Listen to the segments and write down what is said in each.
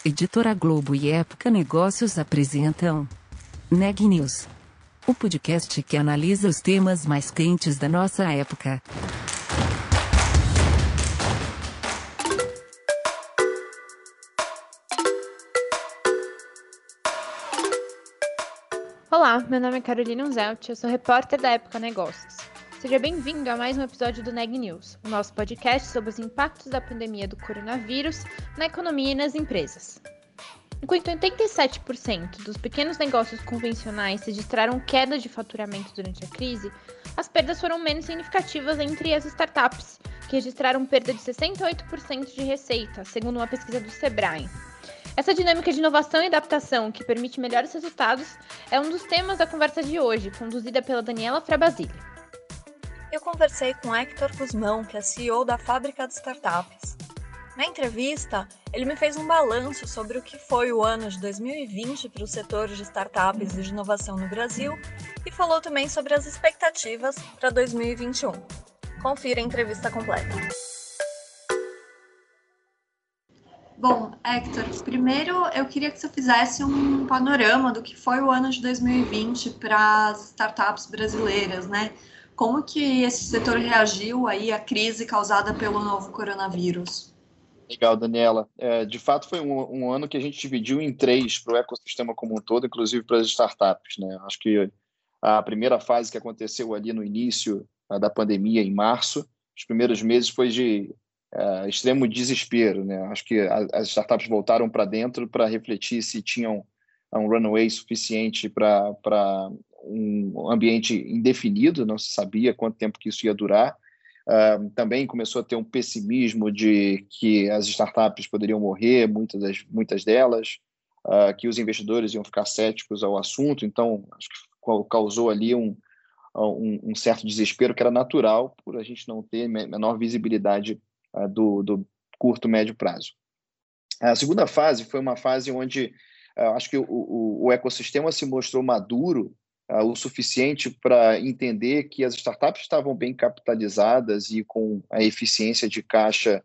Editora Globo e Época Negócios apresentam Neg News, o podcast que analisa os temas mais quentes da nossa época. Olá, meu nome é Carolina Unzelt, eu sou repórter da Época Negócios. Seja bem-vindo a mais um episódio do Neg News, o nosso podcast sobre os impactos da pandemia do coronavírus na economia e nas empresas. Enquanto 87% dos pequenos negócios convencionais registraram queda de faturamento durante a crise, as perdas foram menos significativas entre as startups, que registraram perda de 68% de receita, segundo uma pesquisa do Sebrae. Essa dinâmica de inovação e adaptação que permite melhores resultados é um dos temas da conversa de hoje, conduzida pela Daniela Frabasile. Eu conversei com Hector Guzmão, que é CEO da Fábrica de Startups. Na entrevista, ele me fez um balanço sobre o que foi o ano de 2020 para os setores de startups e de inovação no Brasil e falou também sobre as expectativas para 2021. Confira a entrevista completa. Bom, Hector, primeiro eu queria que você fizesse um panorama do que foi o ano de 2020 para as startups brasileiras, né? Como que esse setor reagiu aí à crise causada pelo novo coronavírus? Legal, Daniela. De fato, foi um ano que a gente dividiu em três para o ecossistema como um todo, inclusive para as startups, né? Acho que a primeira fase que aconteceu ali no início da pandemia, em março, os primeiros meses foi de extremo desespero, né? Acho que as startups voltaram para dentro para refletir se tinham um runway suficiente para um ambiente indefinido, não se sabia quanto tempo que isso ia durar. Também começou a ter um pessimismo de que as startups poderiam morrer, muitas delas, que os investidores iam ficar céticos ao assunto, então acho que causou ali um certo desespero que era natural por a gente não ter menor visibilidade do curto, médio prazo. A segunda fase foi uma fase onde acho que o ecossistema se mostrou maduro o suficiente para entender que as startups estavam bem capitalizadas e com a eficiência de caixa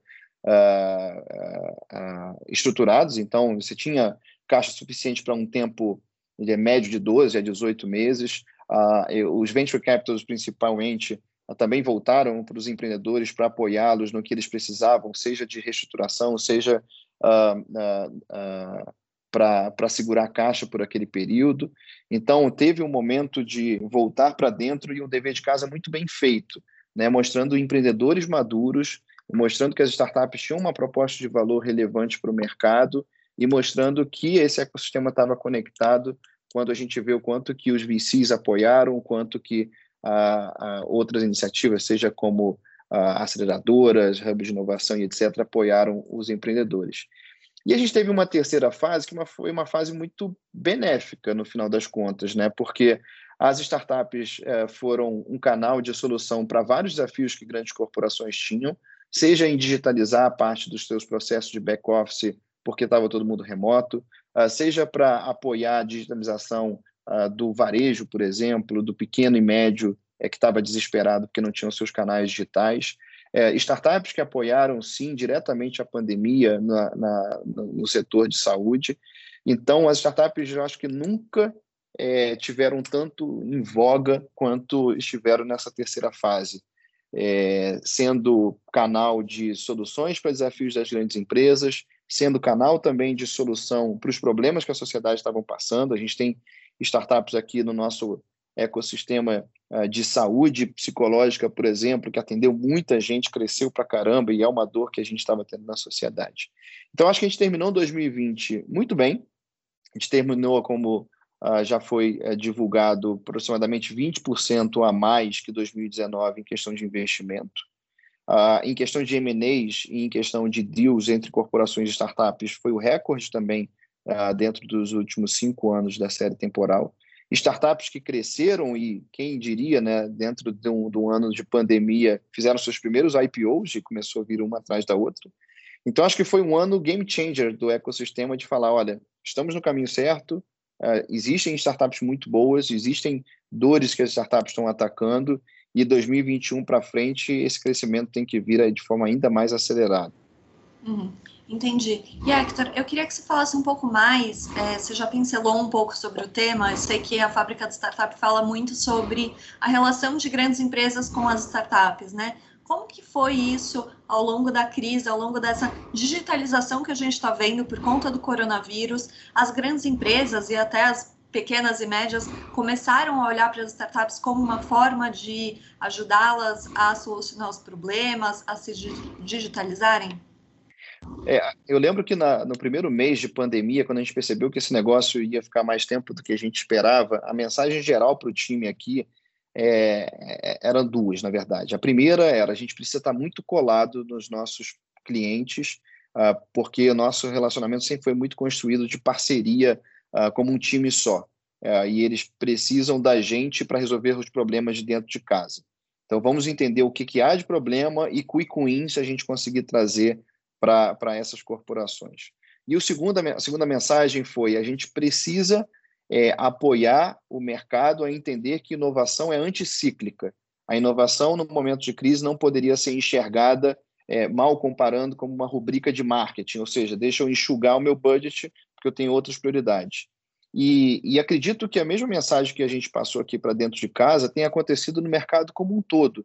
estruturados. Então, você tinha caixa suficiente para um tempo médio de 12 a 18 meses. Os venture capitals, principalmente, também voltaram para os empreendedores para apoiá-los no que eles precisavam, seja de reestruturação, seja para segurar a caixa por aquele período. Então, teve um momento de voltar para dentro e um dever de casa muito bem feito, né? Mostrando empreendedores maduros, mostrando que as startups tinham uma proposta de valor relevante para o mercado e mostrando que esse ecossistema estava conectado quando a gente vê o quanto que os VCs apoiaram, o quanto que outras iniciativas, seja como aceleradoras, hubs de inovação e etc., apoiaram os empreendedores. E a gente teve uma terceira fase, que foi uma fase muito benéfica, no final das contas, né? Porque as startups foram um canal de solução para vários desafios que grandes corporações tinham, seja em digitalizar a parte dos seus processos de back-office, porque estava todo mundo remoto, seja para apoiar a digitalização do varejo, por exemplo, do pequeno e médio, que estava desesperado porque não tinham seus canais digitais. Startups que apoiaram, sim, diretamente a pandemia no setor de saúde. Então, as startups, eu acho que nunca tiveram tanto em voga quanto estiveram nessa terceira fase, sendo canal de soluções para desafios das grandes empresas, sendo canal também de solução para os problemas que a sociedade estava passando. A gente tem startups aqui no nosso ecossistema de saúde psicológica, por exemplo, que atendeu muita gente, cresceu pra caramba e é uma dor que a gente estava tendo na sociedade. Então, acho que a gente terminou 2020 muito bem. A gente terminou, como já foi divulgado, aproximadamente 20% a mais que 2019 em questão de investimento. Em questão de M&As e em questão de deals entre corporações e startups, foi o recorde também dentro dos últimos 5 anos da série temporal. Startups que cresceram e, quem diria, né, dentro de um ano de pandemia, fizeram seus primeiros IPOs e começou a vir uma atrás da outra. Então, acho que foi um ano game changer do ecossistema de falar, olha, estamos no caminho certo, existem startups muito boas, existem dores que as startups estão atacando e 2021 para frente esse crescimento tem que vir aí de forma ainda mais acelerada. Uhum. Entendi. E Hector, eu queria que você falasse um pouco mais, você já pincelou um pouco sobre o tema, eu sei que a Fábrica de Startup fala muito sobre a relação de grandes empresas com as startups, né? Como que foi isso ao longo da crise, ao longo dessa digitalização que a gente está vendo por conta do coronavírus? As grandes empresas e até as pequenas e médias começaram a olhar para as startups como uma forma de ajudá-las a solucionar os problemas, a se digitalizarem? Eu lembro que no primeiro mês de pandemia, quando a gente percebeu que esse negócio ia ficar mais tempo do que a gente esperava, a mensagem geral para o time aqui eram duas, na verdade. A primeira era: a gente precisa estar muito colado nos nossos clientes, porque o nosso relacionamento sempre foi muito construído de parceria, como um time só. E eles precisam da gente para resolver os problemas de dentro de casa. Então, vamos entender o que há de problema e quick wins a gente conseguir trazer para essas corporações. E a segunda mensagem foi: a gente precisa apoiar o mercado a entender que inovação é anticíclica. A inovação, no momento de crise, não poderia ser enxergada, mal comparando, como uma rubrica de marketing, ou seja, deixa eu enxugar o meu budget porque eu tenho outras prioridades. E acredito que a mesma mensagem que a gente passou aqui para dentro de casa tem acontecido no mercado como um todo.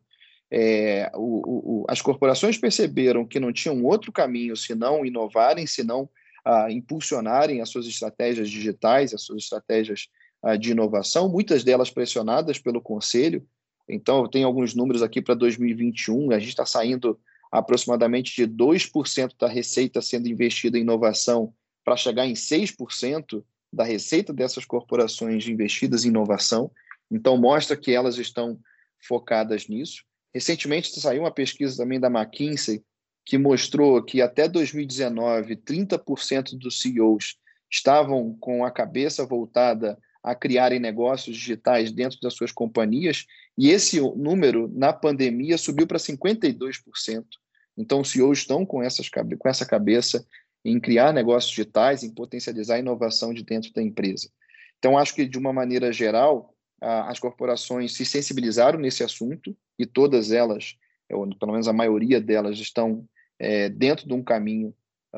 As corporações perceberam que não tinham outro caminho senão inovarem, senão impulsionarem as suas estratégias digitais, as suas estratégias de inovação, muitas delas pressionadas pelo Conselho. Então, eu tenho alguns números aqui para 2021, a gente está saindo aproximadamente de 2% da receita sendo investida em inovação para chegar em 6% da receita dessas corporações investidas em inovação. Então, mostra que elas estão focadas nisso. Recentemente saiu uma pesquisa também da McKinsey que mostrou que até 2019, 30% dos CEOs estavam com a cabeça voltada a criarem negócios digitais dentro das suas companhias, e esse número, na pandemia, subiu para 52%. Então, os CEOs estão com essa cabeça em criar negócios digitais, em potencializar a inovação de dentro da empresa. Então, acho que, de uma maneira geral, as corporações se sensibilizaram nesse assunto, e todas elas, ou pelo menos a maioria delas, estão dentro de um caminho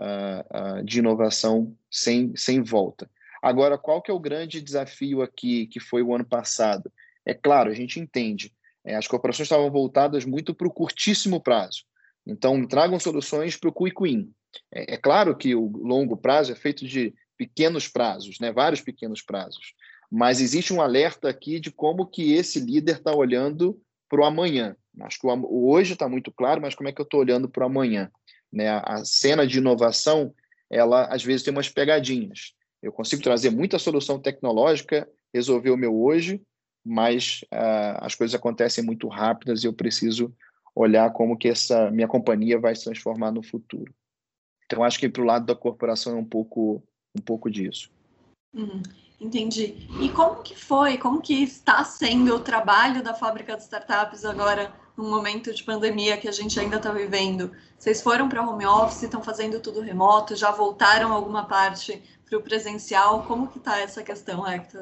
de inovação sem volta. Agora, qual que é o grande desafio aqui, que foi o ano passado? É claro, a gente entende, as corporações estavam voltadas muito para o curtíssimo prazo. Então, tragam soluções para o quick win. É claro que o longo prazo é feito de pequenos prazos, né? Vários pequenos prazos. Mas existe um alerta aqui de como que esse líder está olhando para o amanhã. Acho que o hoje está muito claro, mas como é que eu estou olhando para o amanhã? Né? A cena de inovação, ela às vezes tem umas pegadinhas. Eu consigo trazer muita solução tecnológica, resolver o meu hoje, mas as coisas acontecem muito rápidas e eu preciso olhar como que essa minha companhia vai se transformar no futuro. Então, acho que para o lado da corporação é um pouco disso. Entendi. E como que está sendo o trabalho da Fábrica de Startups agora, no momento de pandemia que a gente ainda está vivendo? Vocês foram para home office, estão fazendo tudo remoto, já voltaram alguma parte para o presencial? Como que está essa questão, Hector?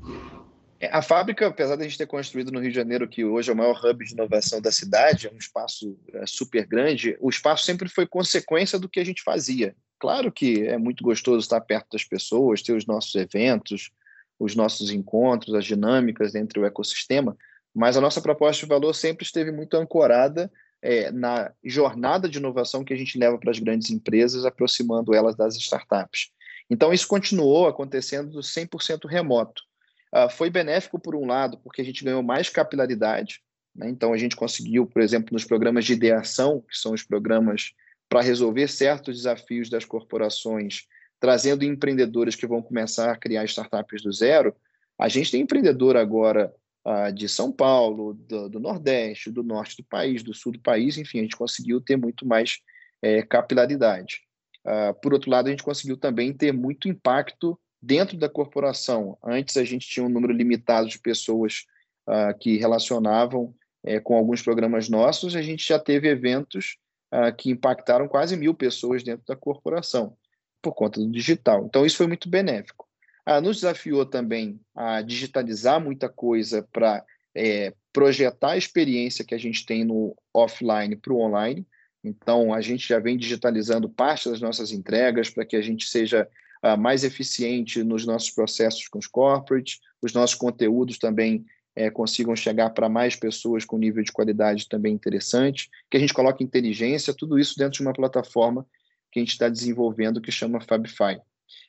A fábrica, apesar de a gente ter construído no Rio de Janeiro, que hoje é o maior hub de inovação da cidade, é um espaço super grande, o espaço sempre foi consequência do que a gente fazia. Claro que é muito gostoso estar perto das pessoas, ter os nossos eventos, os nossos encontros, as dinâmicas entre o ecossistema, mas a nossa proposta de valor sempre esteve muito ancorada na jornada de inovação que a gente leva para as grandes empresas, aproximando elas das startups. Então, isso continuou acontecendo 100% remoto. Foi benéfico, por um lado, porque a gente ganhou mais capilaridade, né? Então, a gente conseguiu, por exemplo, nos programas de ideação, que são os programas para resolver certos desafios das corporações, trazendo empreendedores que vão começar a criar startups do zero. A gente tem empreendedor agora de São Paulo, do Nordeste, do Norte do país, do Sul do país, enfim, a gente conseguiu ter muito mais capilaridade. Por outro lado, a gente conseguiu também ter muito impacto dentro da corporação. Antes, a gente tinha um número limitado de pessoas que relacionavam com alguns programas nossos. A gente já teve eventos que impactaram quase 1.000 pessoas dentro da corporação, por conta do digital. Então, isso foi muito benéfico. Nos desafiou também a digitalizar muita coisa para projetar a experiência que a gente tem no offline para o online. Então, a gente já vem digitalizando parte das nossas entregas para que a gente seja mais eficiente nos nossos processos com os corporates, os nossos conteúdos também consigam chegar para mais pessoas com nível de qualidade também interessante, que a gente coloque inteligência, tudo isso dentro de uma plataforma que a gente está desenvolvendo que chama Fabify.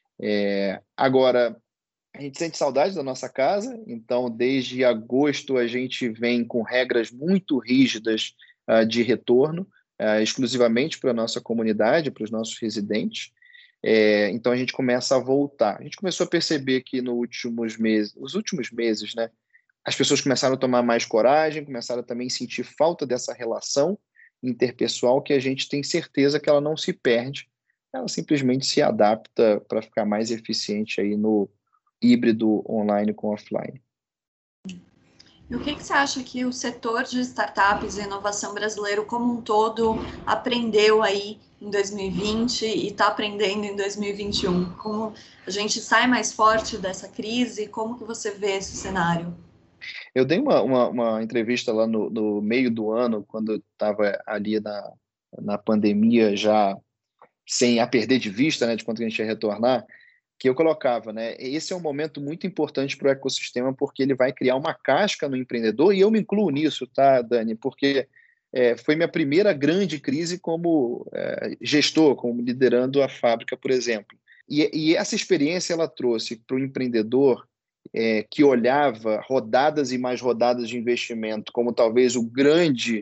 Agora, a gente sente saudade da nossa casa, então desde agosto a gente vem com regras muito rígidas de retorno, exclusivamente para a nossa comunidade, para os nossos residentes. Então a gente começa a voltar. A gente começou a perceber que nos últimos meses, né, as pessoas começaram a tomar mais coragem, começaram a também sentir falta dessa relação interpessoal que a gente tem certeza que ela não se perde, ela simplesmente se adapta para ficar mais eficiente aí no híbrido online com offline. E o que você acha que o setor de startups e inovação brasileiro como um todo aprendeu aí em 2020 e está aprendendo em 2021? Como a gente sai mais forte dessa crise? Como que você vê esse cenário? Eu dei uma entrevista lá no meio do ano, quando eu estava ali na pandemia, já sem a perder de vista, né, de quando a gente ia retornar, que eu colocava, né, esse é um momento muito importante para o ecossistema, porque ele vai criar uma casca no empreendedor, e eu me incluo nisso, tá, Dani? Porque foi minha primeira grande crise como gestor, como liderando a fábrica, por exemplo. E essa experiência ela trouxe para o empreendedor que olhava rodadas e mais rodadas de investimento como talvez o grande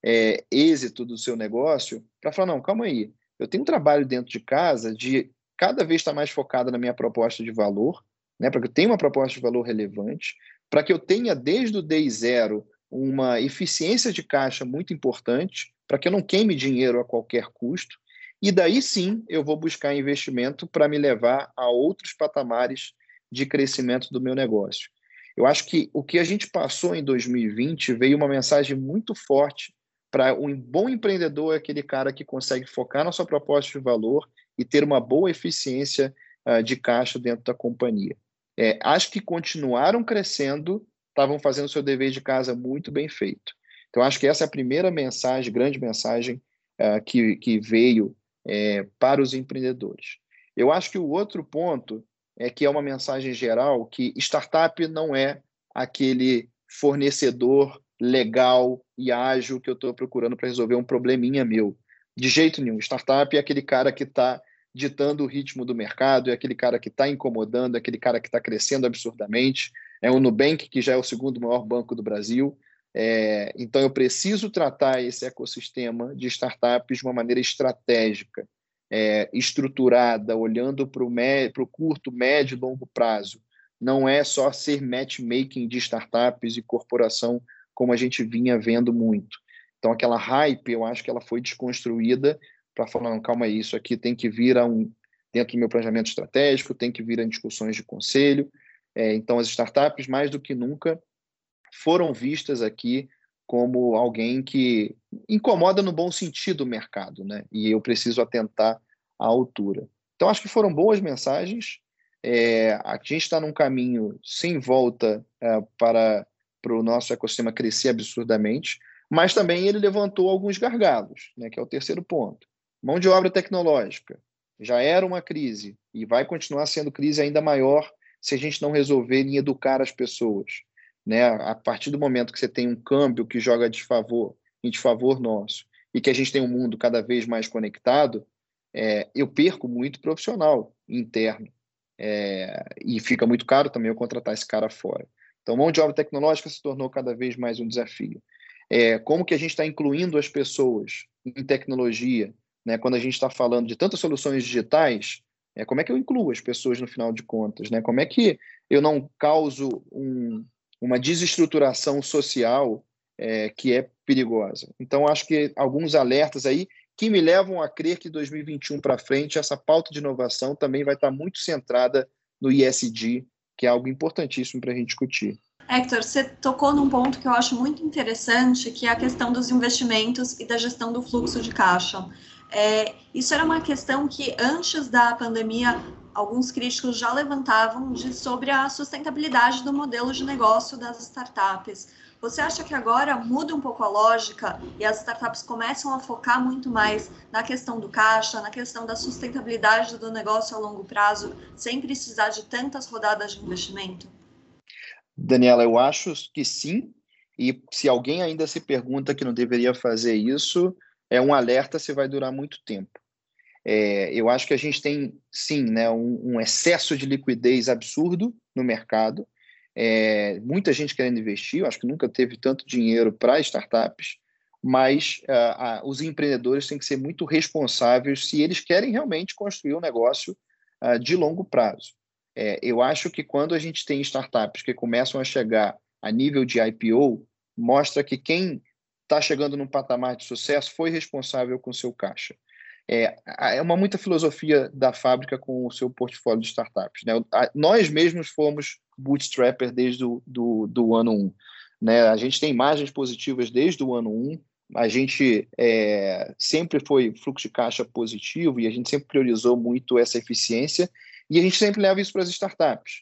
êxito do seu negócio, para falar, não, calma aí, eu tenho um trabalho dentro de casa de cada vez estar mais focado na minha proposta de valor, né, para que eu tenha uma proposta de valor relevante, para que eu tenha desde o day zero uma eficiência de caixa muito importante, para que eu não queime dinheiro a qualquer custo, e daí sim eu vou buscar investimento para me levar a outros patamares de crescimento do meu negócio. Eu acho que o que a gente passou em 2020 veio uma mensagem muito forte para um bom empreendedor, aquele cara que consegue focar na sua proposta de valor e ter uma boa eficiência de caixa dentro da companhia. Acho que continuaram crescendo, estavam fazendo o seu dever de casa muito bem feito. Então, acho que essa é a primeira mensagem, grande mensagem que veio para os empreendedores. Eu acho que o outro ponto que é uma mensagem geral, que startup não é aquele fornecedor legal e ágil que eu estou procurando para resolver um probleminha meu. De jeito nenhum. Startup é aquele cara que está ditando o ritmo do mercado, é aquele cara que está incomodando, é aquele cara que está crescendo absurdamente. É o Nubank, que já é o segundo maior banco do Brasil. Então, eu preciso tratar esse ecossistema de startups de uma maneira estratégica, estruturada, olhando para o curto, médio e longo prazo. Não é só ser matchmaking de startups e corporação, como a gente vinha vendo muito. Então, aquela hype, eu acho que ela foi desconstruída para falar, não, calma aí, isso aqui tem que vir dentro do meu planejamento estratégico, tem que vir em discussões de conselho. Então, as startups, mais do que nunca, foram vistas aqui como alguém que incomoda no bom sentido o mercado, né? E eu preciso atentar à altura. Então, acho que foram boas mensagens. A gente está num caminho sem volta para o nosso ecossistema crescer absurdamente, mas também ele levantou alguns gargalos, né, que é o terceiro ponto. Mão de obra tecnológica. Já era uma crise e vai continuar sendo crise ainda maior se a gente não resolver em educar as pessoas, né? A partir do momento que você tem um câmbio que joga em desfavor nosso e que a gente tem um mundo cada vez mais conectado, eu perco muito profissional interno e fica muito caro também eu contratar esse cara fora. Então, mão de obra tecnológica se tornou cada vez mais um desafio. Como que a gente está incluindo as pessoas em tecnologia, né? Quando a gente está falando de tantas soluções digitais, como é que eu incluo as pessoas no final de contas, né? Como é que eu não causo uma desestruturação social que é perigosa? Então, acho que alguns alertas aí que me levam a crer que 2021 para frente, essa pauta de inovação também vai estar muito centrada no ESG, que é algo importantíssimo para a gente discutir. Hector, você tocou num ponto que eu acho muito interessante, que é a questão dos investimentos e da gestão do fluxo de caixa. Isso era uma questão que, antes da pandemia, alguns críticos já levantavam sobre a sustentabilidade do modelo de negócio das startups. Você acha que agora muda um pouco a lógica e as startups começam a focar muito mais na questão do caixa, na questão da sustentabilidade do negócio a longo prazo, sem precisar de tantas rodadas de investimento? Daniela, eu acho que sim, e se alguém ainda se pergunta que não deveria fazer isso, é um alerta se vai durar muito tempo. Eu acho que a gente tem, sim, né, um excesso de liquidez absurdo no mercado, muita gente querendo investir, eu acho que nunca teve tanto dinheiro para startups, mas os empreendedores têm que ser muito responsáveis se eles querem realmente construir um negócio de longo prazo. Eu acho que quando a gente tem startups que começam a chegar a nível de IPO, mostra que quem está chegando num patamar de sucesso foi responsável com o seu caixa. É muita filosofia da fábrica com o seu portfólio de startups, né? Nós mesmos fomos bootstrapper desde do ano 1. Né? A gente tem margens positivas desde o ano 1, a gente sempre foi fluxo de caixa positivo e a gente sempre priorizou muito essa eficiência e a gente sempre leva isso para as startups.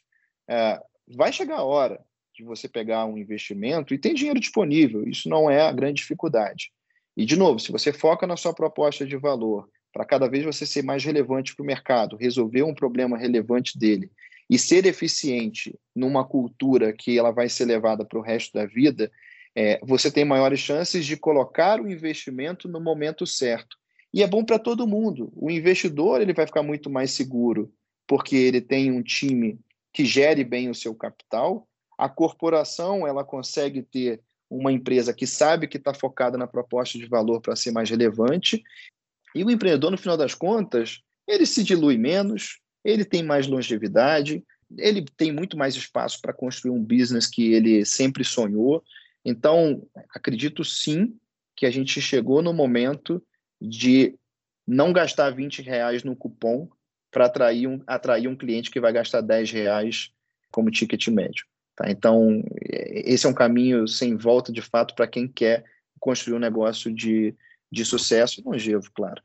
Vai chegar a hora de você pegar um investimento e tem dinheiro disponível, isso não é a grande dificuldade. E, de novo, se você foca na sua proposta de valor, para cada vez você ser mais relevante para o mercado, resolver um problema relevante dele e ser eficiente numa cultura que ela vai ser levada para o resto da vida, você tem maiores chances de colocar o investimento no momento certo. E é bom para todo mundo. O investidor ele vai ficar muito mais seguro porque ele tem um time que gere bem o seu capital. A corporação ela consegue ter uma empresa que sabe que está focada na proposta de valor para ser mais relevante. E o empreendedor, no final das contas, ele se dilui menos, ele tem mais longevidade, ele tem muito mais espaço para construir um business que ele sempre sonhou. Então, acredito sim que a gente chegou no momento de não gastar R$20 no cupom para atrair um cliente que vai gastar R$10 como ticket médio. Tá? Então, esse é um caminho sem volta, de fato, para quem quer construir um negócio de sucesso e longevo, claro.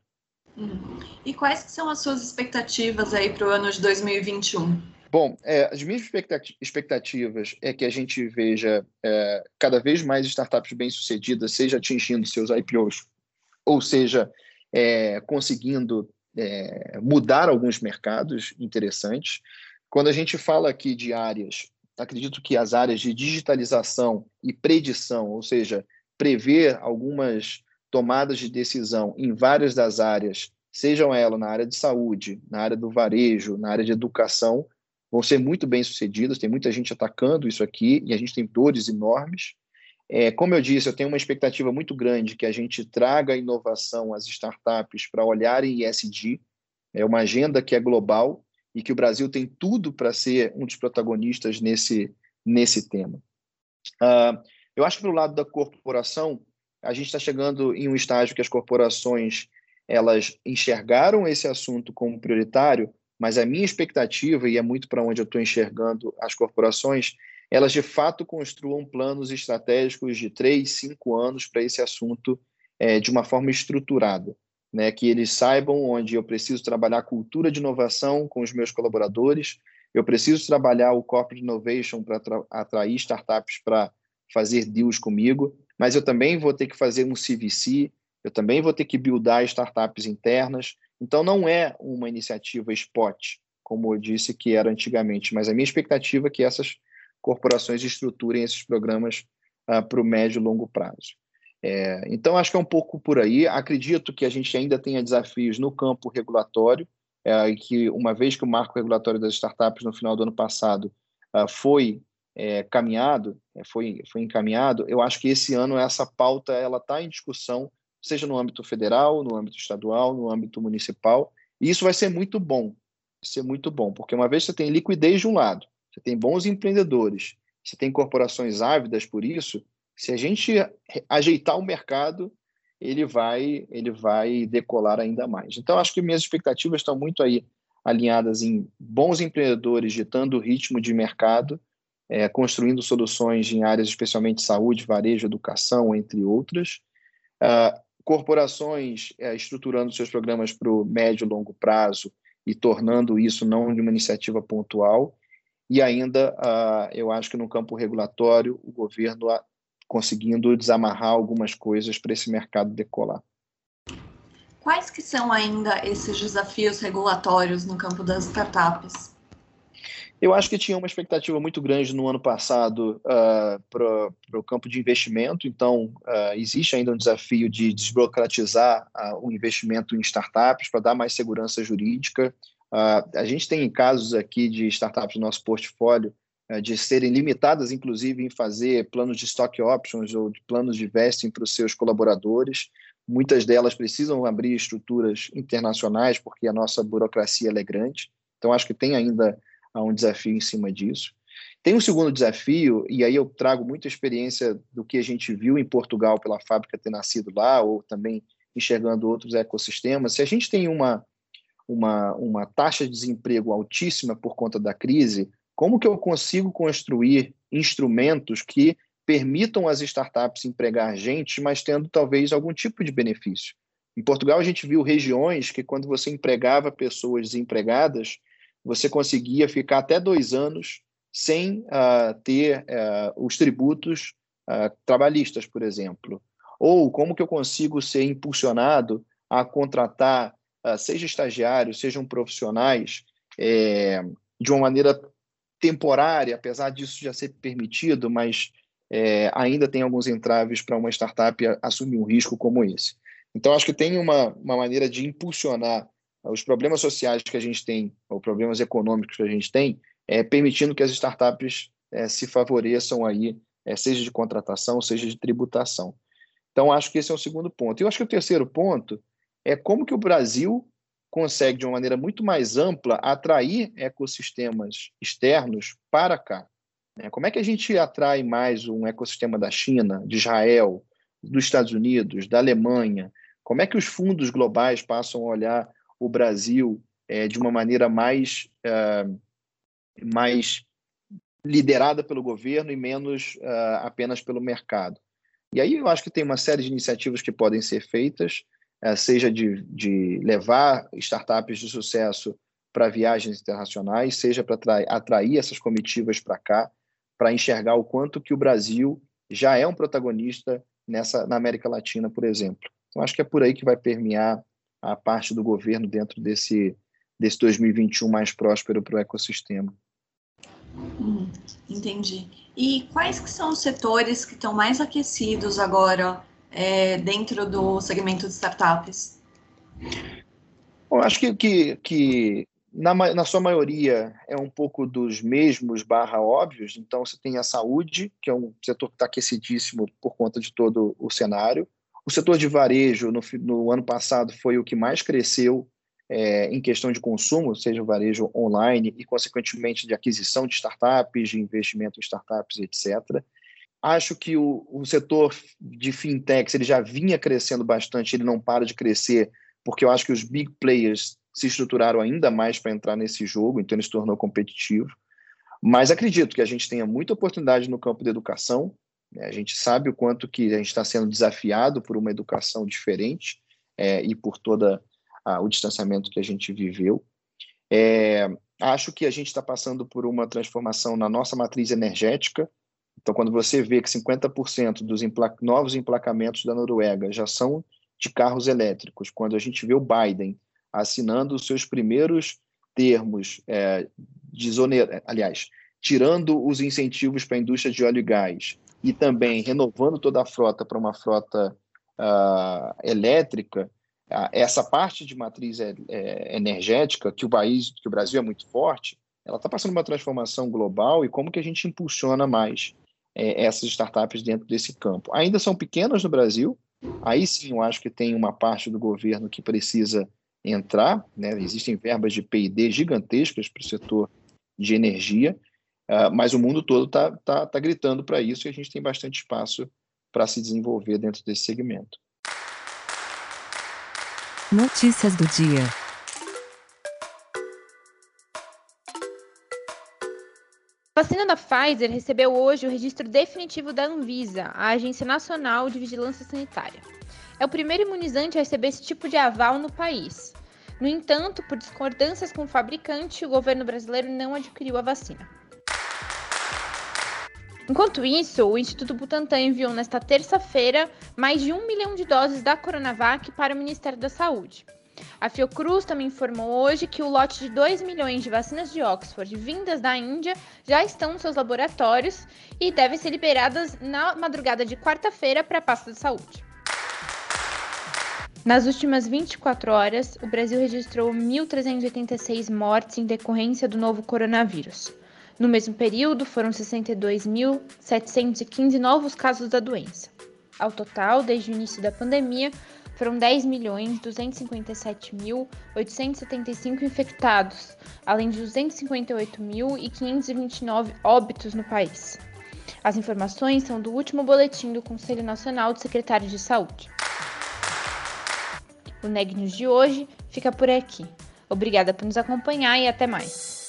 E quais são as suas expectativas aí para o ano de 2021? Bom, as minhas expectativas é que a gente veja cada vez mais startups bem-sucedidas, seja atingindo seus IPOs, ou seja, conseguindo mudar alguns mercados interessantes. Quando a gente fala aqui de áreas, acredito que as áreas de digitalização e predição, ou seja, prever algumas tomadas de decisão em várias das áreas, sejam elas na área de saúde, na área do varejo, na área de educação, vão ser muito bem-sucedidas. Tem muita gente atacando isso aqui e a gente tem dores enormes. Como eu disse, eu tenho uma expectativa muito grande que a gente traga inovação às startups para olharem ESG. É uma agenda que é global e que o Brasil tem tudo para ser um dos protagonistas nesse tema. Eu acho que, pelo lado da corporação, a gente está chegando em um estágio que as corporações elas enxergaram esse assunto como prioritário, mas a minha expectativa, e é muito para onde eu estou enxergando as corporações, elas de fato construam planos estratégicos de 3, 5 anos para esse assunto de uma forma estruturada. Né, que eles saibam onde eu preciso trabalhar a cultura de inovação com os meus colaboradores, eu preciso trabalhar o Corporate Innovation para atrair startups para fazer deals comigo, mas eu também vou ter que fazer um CVC, eu também vou ter que buildar startups internas. Então, não é uma iniciativa spot, como eu disse que era antigamente, mas a minha expectativa é que essas corporações estruturem esses programas para o médio e longo prazo. Então, acho que é um pouco por aí. Acredito que a gente ainda tenha desafios no campo regulatório, e que uma vez que o marco regulatório das startups no final do ano passado foi encaminhado, eu acho que esse ano essa pauta está em discussão, seja no âmbito federal, no âmbito estadual, no âmbito municipal, e isso vai ser muito bom, porque uma vez que você tem liquidez de um lado, você tem bons empreendedores, você tem corporações ávidas por isso, se a gente ajeitar o mercado, ele vai decolar ainda mais. Então, acho que minhas expectativas estão muito aí alinhadas em bons empreendedores ditando o ritmo de mercado, construindo soluções em áreas especialmente saúde, varejo, educação, entre outras. Corporações estruturando seus programas para o médio e longo prazo e tornando isso não de uma iniciativa pontual. E ainda, eu acho que no campo regulatório, o governo conseguindo desamarrar algumas coisas para esse mercado decolar. Quais que são ainda esses desafios regulatórios no campo das startups? Eu acho que tinha uma expectativa muito grande no ano passado para o campo de investimento, então existe ainda um desafio de desburocratizar o investimento em startups para dar mais segurança jurídica. A gente tem casos aqui de startups no nosso portfólio de serem limitadas, inclusive, em fazer planos de stock options ou de planos de vesting para os seus colaboradores. Muitas delas precisam abrir estruturas internacionais porque a nossa burocracia é grande. Então, acho que tem ainda um desafio em cima disso. Tem um segundo desafio, e aí eu trago muita experiência do que a gente viu em Portugal pela fábrica ter nascido lá, ou também enxergando outros ecossistemas. Se a gente tem uma taxa de desemprego altíssima por conta da crise, como que eu consigo construir instrumentos que permitam às startups empregar gente, mas tendo talvez algum tipo de benefício? Em Portugal, a gente viu regiões que, quando você empregava pessoas desempregadas, você conseguia ficar até 2 anos sem ter os tributos trabalhistas, por exemplo. Ou como que eu consigo ser impulsionado a contratar, seja estagiários, sejam profissionais, de uma maneira temporária, apesar disso já ser permitido, mas ainda tem alguns entraves para uma startup assumir um risco como esse. Então, acho que tem uma maneira de impulsionar os problemas sociais que a gente tem, ou problemas econômicos que a gente tem, permitindo que as startups se favoreçam aí, seja de contratação, seja de tributação. Então, acho que esse é o segundo ponto. E eu acho que o terceiro ponto é como que o Brasil consegue, de uma maneira muito mais ampla, atrair ecossistemas externos para cá. Como é que a gente atrai mais um ecossistema da China, de Israel, dos Estados Unidos, da Alemanha? Como é que os fundos globais passam a olhar o Brasil de uma maneira mais liderada pelo governo e menos apenas pelo mercado? E aí eu acho que tem uma série de iniciativas que podem ser feitas, seja de levar startups de sucesso para viagens internacionais, seja para atrair essas comitivas para cá, para enxergar o quanto que o Brasil já é um protagonista na América Latina, por exemplo. Então, acho que é por aí que vai permear a parte do governo dentro desse 2021 mais próspero para o ecossistema. Entendi. E quais que são os setores que estão mais aquecidos agora dentro do segmento de startups? Bom, acho que na sua maioria é um pouco dos mesmos óbvios. Então, você tem a saúde, que é um setor que está aquecidíssimo por conta de todo o cenário. O setor de varejo, no ano passado, foi o que mais cresceu em questão de consumo, seja o varejo online e, consequentemente, de aquisição de startups, de investimento em startups, etc. Acho que o setor de fintechs ele já vinha crescendo bastante, ele não para de crescer, porque eu acho que os big players se estruturaram ainda mais para entrar nesse jogo, então ele se tornou competitivo. Mas acredito que a gente tenha muita oportunidade no campo da educação. A gente sabe o quanto que a gente está sendo desafiado por uma educação diferente e por todo o distanciamento que a gente viveu. Acho que a gente está passando por uma transformação na nossa matriz energética. Então, quando você vê que 50% dos novos emplacamentos da Noruega já são de carros elétricos, quando a gente vê o Biden assinando os seus primeiros termos tirando os incentivos para a indústria de óleo e gás e também renovando toda a frota para uma frota elétrica, essa parte de matriz energética, que o Brasil é muito forte, ela está passando uma transformação global. E como que a gente impulsiona mais essas startups dentro desse campo? Ainda são pequenas no Brasil, aí sim eu acho que tem uma parte do governo que precisa entrar, Existem verbas de P&D gigantescas para o setor de energia, mas o mundo todo está gritando para isso, e a gente tem bastante espaço para se desenvolver dentro desse segmento. Notícias do dia. A vacina da Pfizer recebeu hoje o registro definitivo da Anvisa, a Agência Nacional de Vigilância Sanitária. É o primeiro imunizante a receber esse tipo de aval no país. No entanto, por discordâncias com o fabricante, o governo brasileiro não adquiriu a vacina. Enquanto isso, o Instituto Butantan enviou nesta terça-feira mais de 1 milhão de doses da Coronavac para o Ministério da Saúde. A Fiocruz também informou hoje que o lote de 2 milhões de vacinas de Oxford vindas da Índia já estão nos seus laboratórios e devem ser liberadas na madrugada de quarta-feira para a pasta de saúde. Nas últimas 24 horas, o Brasil registrou 1.386 mortes em decorrência do novo coronavírus. No mesmo período, foram 62.715 novos casos da doença. Ao total, desde o início da pandemia, foram 10.257.875 infectados, além de 258.529 óbitos no país. As informações são do último boletim do Conselho Nacional de Secretários de Saúde. O Neg News de hoje fica por aqui. Obrigada por nos acompanhar e até mais.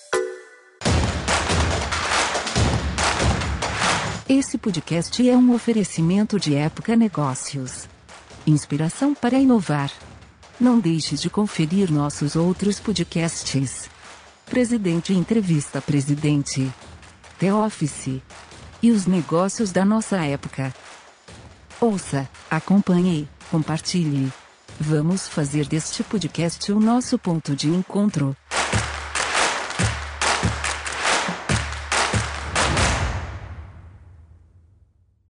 Esse podcast é um oferecimento de Época Negócios. Inspiração para inovar. Não deixe de conferir nossos outros podcasts. Presidente Entrevista Presidente. The Office. E os negócios da nossa época. Ouça, acompanhe, compartilhe. Vamos fazer deste podcast o nosso ponto de encontro.